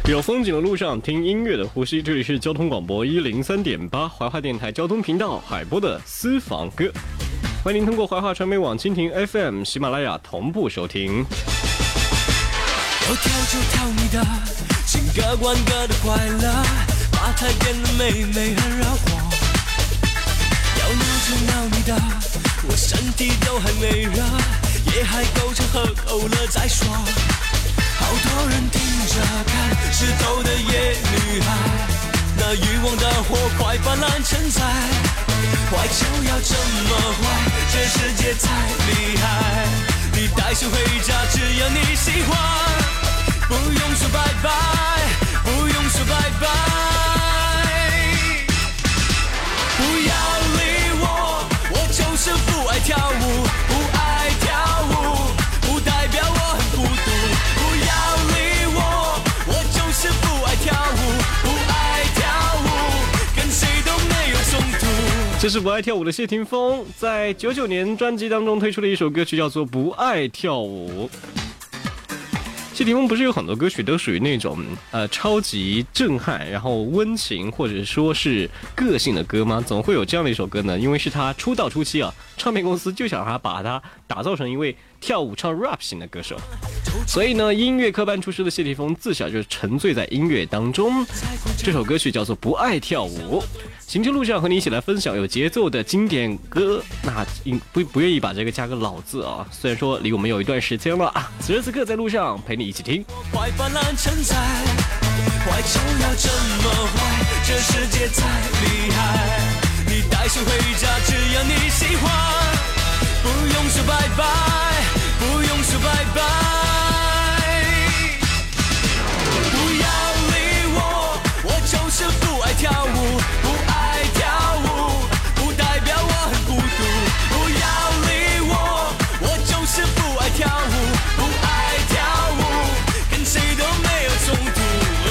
有风景的路上，听音乐的呼吸。这里是交通广播103.8怀化电台交通频道海波的私房歌，欢迎您通过怀化传媒网、蜻蜓 FM、喜马拉雅同步收听。 要跳就跳你的，情歌管歌的快乐，把台变得美美很绕光。要闹就闹你的，我身体都还没热，也还够着喝够了再说。好多人盯着看湿透的夜女孩，那欲望的火快泛滥成灾，坏就要这么坏，这世界太厉害。你带谁回家，只要你喜欢，不用说拜拜，不用说拜拜。不要理我，我就是不爱跳舞，不爱跳舞，不代表我很孤独。不要理我，我就是不爱跳舞，不爱跳舞，跟谁都没有冲突。 这是不爱跳舞的谢霆锋在99年专辑当中推出的一首歌曲，叫做《不爱跳舞》。谢霆锋不是有很多歌曲都属于那种超级震撼，然后温情或者说是个性的歌吗？怎么会有这样的一首歌呢？因为是他出道初期啊，唱片公司就想把他打造成一位跳舞唱 rap 型的歌手，所以呢，音乐科班出身的谢霆锋自小就沉醉在音乐当中。这首歌曲叫做《不爱跳舞》。行车路上和你一起来分享有节奏的经典歌，那不愿意把这个加个老字啊，虽然说离我们有一段时间了啊，此时此刻在路上陪你一起听。 坏泛滥成灾，坏就要这么坏，这世界太厉害。你带谁回家，只要你喜欢，不用说拜拜，不用说拜拜。不要理我，我就是不爱跳舞，不爱跳舞，不代表我很孤独。不要理我，我就是不爱跳舞，不爱跳舞，跟谁都没有冲突。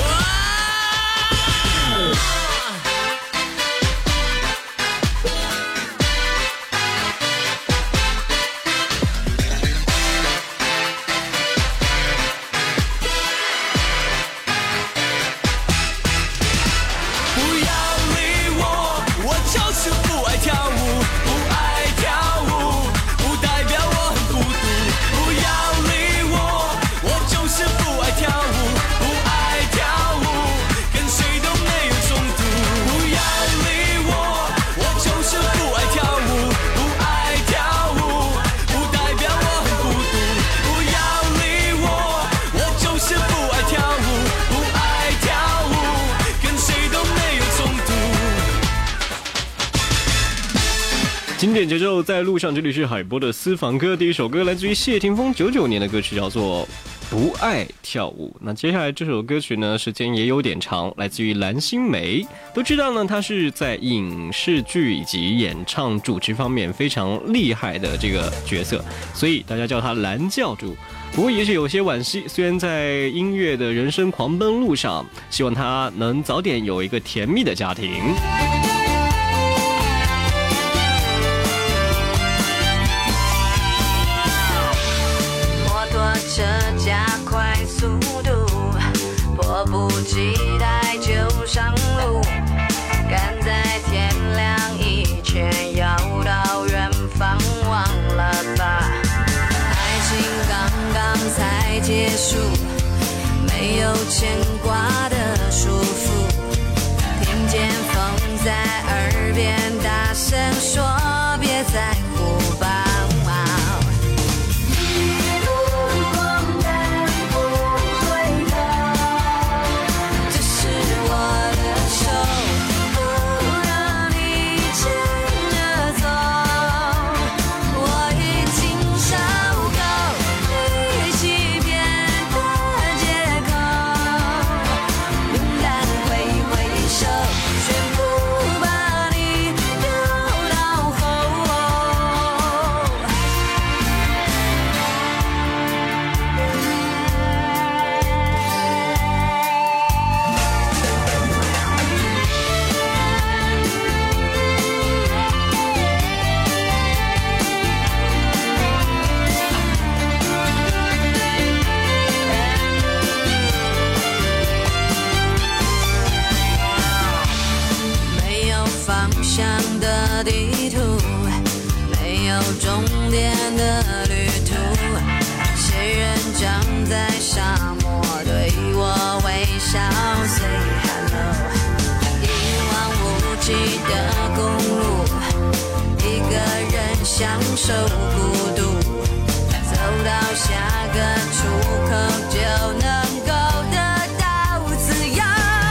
经典节奏在路上，这里是海波的私房歌。第一首歌来自于谢霆锋99年的歌曲，叫做《不爱跳舞》。那接下来这首歌曲呢，时间也有点长，来自于蓝心湄。都知道呢，她是在影视剧以及演唱主持方面非常厉害的这个角色，所以大家叫她蓝教主。不过也是有些惋惜，虽然在音乐的人生狂奔路上，希望她能早点有一个甜蜜的家庭。 车加快速度，迫不及待就上路，赶在天亮以前要到远方，忘了吧？爱情刚刚才结束，没有牵挂的束缚，听见风在耳边大声说别在乎吧。回首，全部把你丢到受孤独，走到下个出口就能够得到自由。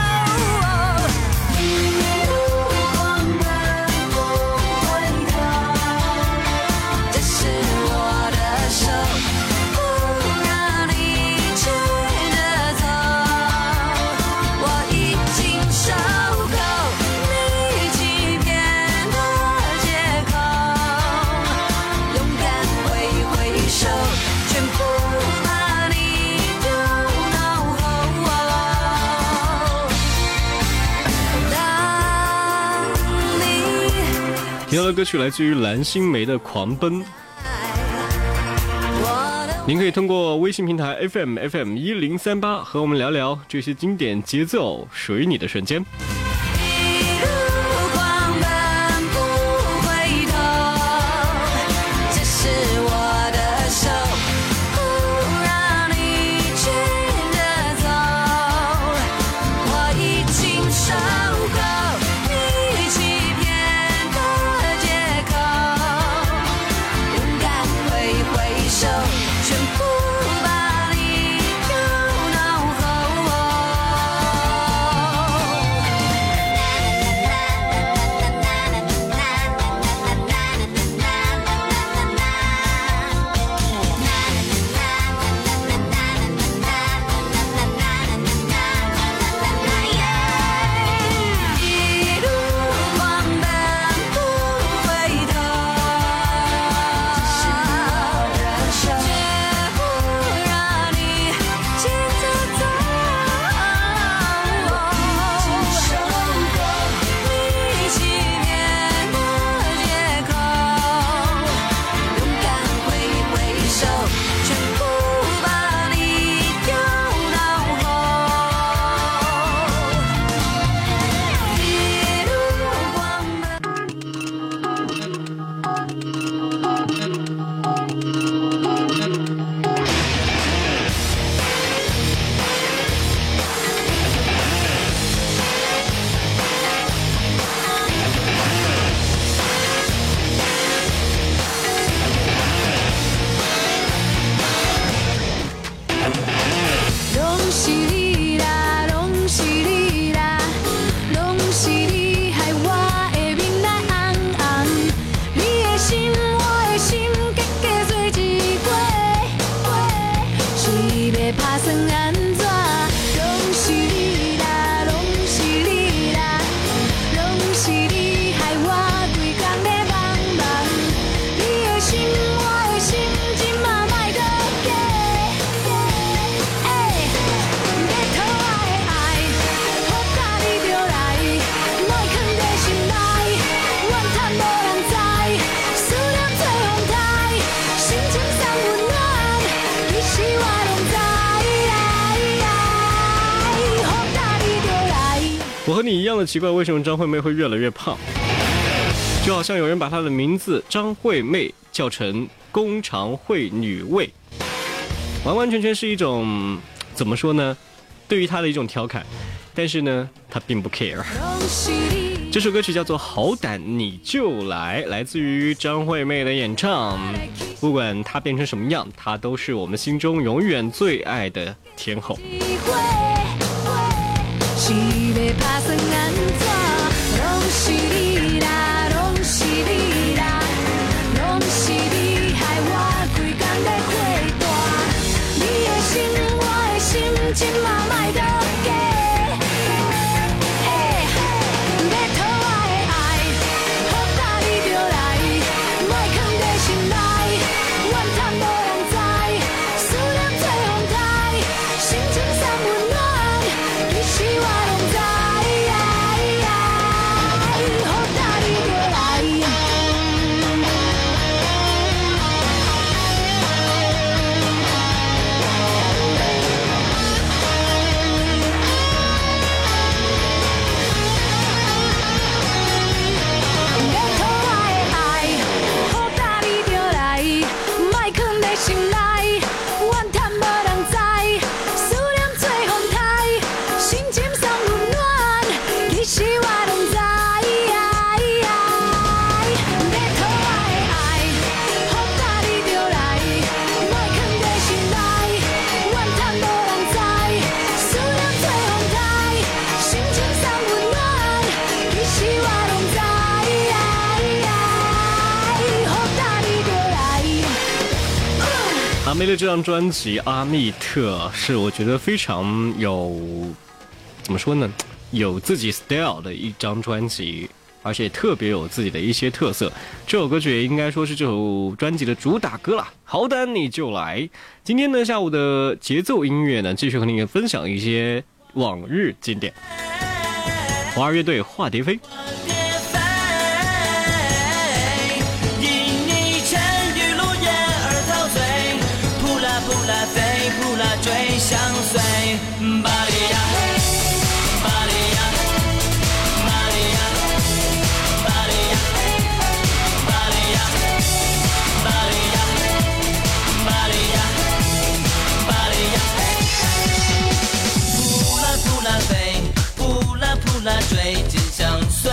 一路狂奔不回头，这是我的手，不让你牵着走。我已经受够你欺骗的借口，勇敢挥挥手，全部把你丢脑后。当你听到的歌曲来自于蓝心湄的《狂奔》。您可以通过微信平台 FM1038 和我们聊聊这些经典节奏属于你的瞬间。 一路狂奔不回头，这是我的手，不让你牵着走。我已经受够你欺骗的借口，勇敢挥挥手，全部把你丢脑后。一路狂奔不回头，这是我的手，绝不让你牵着走。我已经受够你欺骗的借口，勇敢挥挥手，全部把你丢脑后。一路狂奔。拢是你啦，拢是你啦，拢是你害我的面来红红。你的心，我的心，结结做一回，是要打算安怎？拢是你啦，拢是你啦，拢是你害我规工咧忙忙。你的心，我的心，今嘛莫搁假。要讨我的爱，好甲你着来，莫藏在心内，怨叹无人知，思念做风台，心情送温暖，其实我拢知，好甲你着来。 我和你一样的奇怪，为什么张惠妹会越来越胖？就好像有人把她的名字张惠妹叫成弓长惠女卫，完完全全是一种怎么说呢？对于她的一种调侃。但是呢，她并不 care。 拢是你。 这首歌曲叫做《好胆你就来》，来自于张惠妹的演唱。不管她变成什么样，她都是我们心中永远最爱的天后。 是要打算安怎？拢是你啦，拢是你啦，拢是你害我规工咧火大。你的心，我的心，今嘛莫搁假。要讨我的爱，好甲你着来，莫藏在心内，怨叹无人知，思念做风台，心情送温暖，其实我拢知，好梅的这张专辑《阿密特》是我觉得非常有，怎么说呢，有自己 style 的一张专辑，而且特别有自己的一些特色。这首歌曲也应该说是这首专辑的主打歌了。好的，你就来。今天呢，下午的节奏音乐呢，继续和你分享一些往日经典。华儿乐队《化蝶飞》。 追相随，巴黎呀，巴黎呀，巴黎呀，巴黎呀，巴黎呀，巴黎呀，巴黎呀，巴黎呀，扑啦扑啦飞，扑啦扑啦追，紧相随。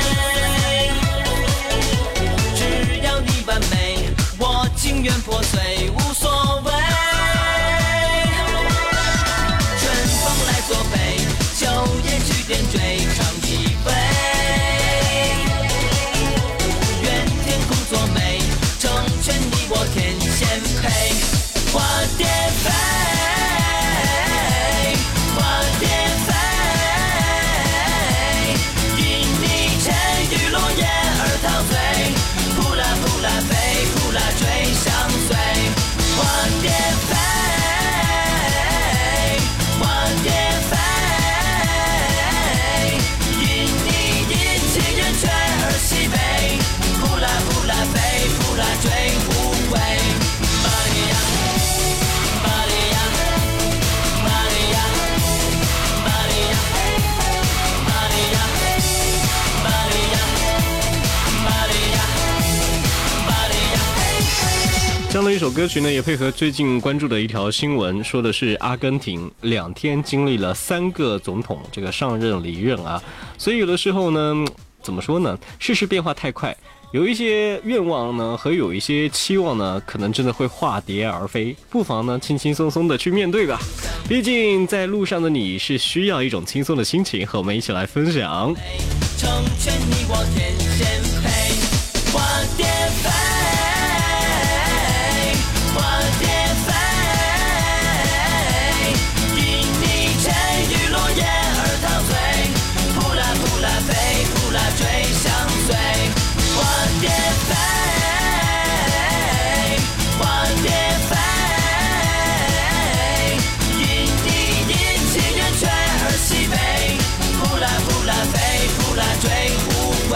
只要你完美，我情愿破碎，无所谓。秋叶去点缀，唱起飞，愿天空作美，成全你我天仙配。化蝶飞，化蝶飞，因你沉鱼落雁而陶醉，扑啦扑啦飞，扑啦追相随。化蝶飞，化蝶飞。西北，扑啦扑啦飞，扑啦追无悔。巴黎呀，巴黎呀，巴黎呀，巴黎呀，巴黎呀，巴黎呀，巴黎呀，巴黎呀。 这样的一首歌曲呢，也配合最近关注的一条新闻，说的是阿根廷2天经历了3个总统这个上任离任啊，所以有的时候呢。怎么说呢？世事变化太快，有一些愿望呢和有一些期望呢，可能真的会化蝶而飞。不妨呢轻轻松松的去面对吧。毕竟在路上的你是需要一种轻松的心情，和我们一起来分享。 成全你我天仙配，化蝶飞，化蝶飞，因你沉鱼落雁而陶醉，扑啦扑啦飞。扑啦追相随，化蝶飞，化蝶飞，因你阴晴圆缺而西北，扑啦扑啦飞，扑啦追无悔。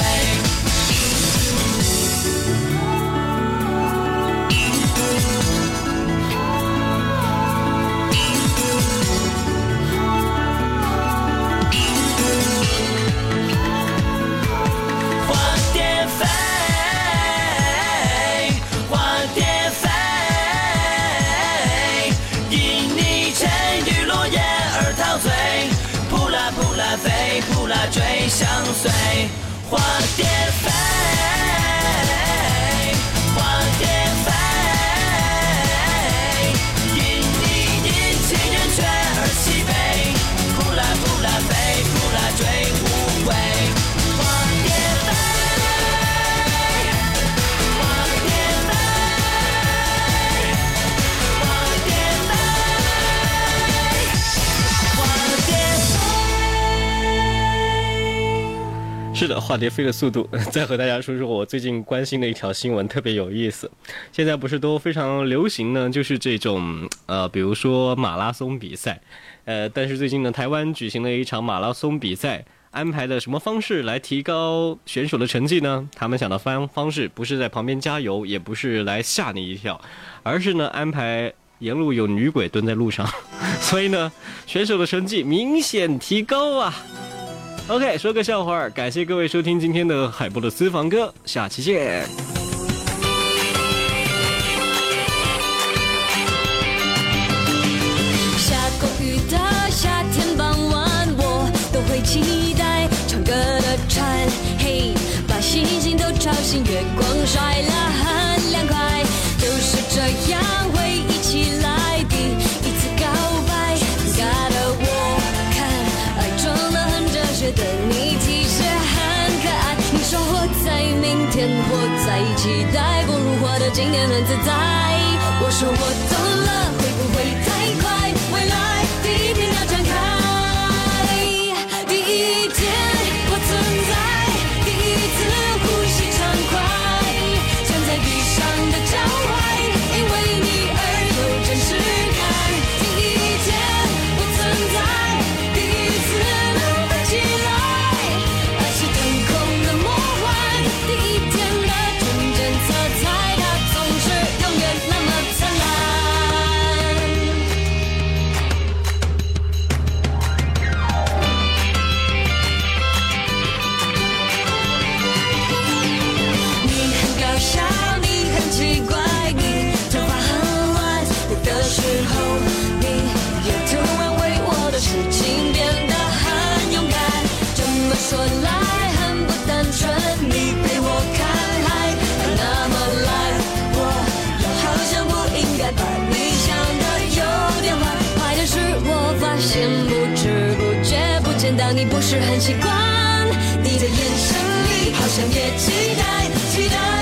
飞扑啦追相随，化蝶飞，化蝶飞，因你阴晴圆缺而西北，扑啦扑啦飞，扑啦追无悔。化蝶飞，化蝶飞，化蝶飞，化蝶飞。 是的，化蝶飞的速度。再和大家说说我最近关心的一条新闻，特别有意思。现在不是都非常流行呢，就是这种比如说马拉松比赛，但是最近呢，台湾举行了一场马拉松比赛，安排的什么方式来提高选手的成绩呢？他们想的方式不是在旁边加油，也不是来吓你一跳，而是呢安排沿路有女鬼蹲在路上，所以呢选手的成绩明显提高啊。OK， 说个笑话，感谢各位收听今天的海波的私房歌，下期见。 下过雨的夏天傍晚，我都会期待唱歌的船，嘿，把星星都吵醒，月光晒了很凉快，就是这样会一起来第一次告白，尴尬的我看爱装得很哲学的你其实很可爱，你说活在明天，活在期待，不如活得今天很自在，我说我懂你不是很习惯，你的眼神里好像也期待，期待。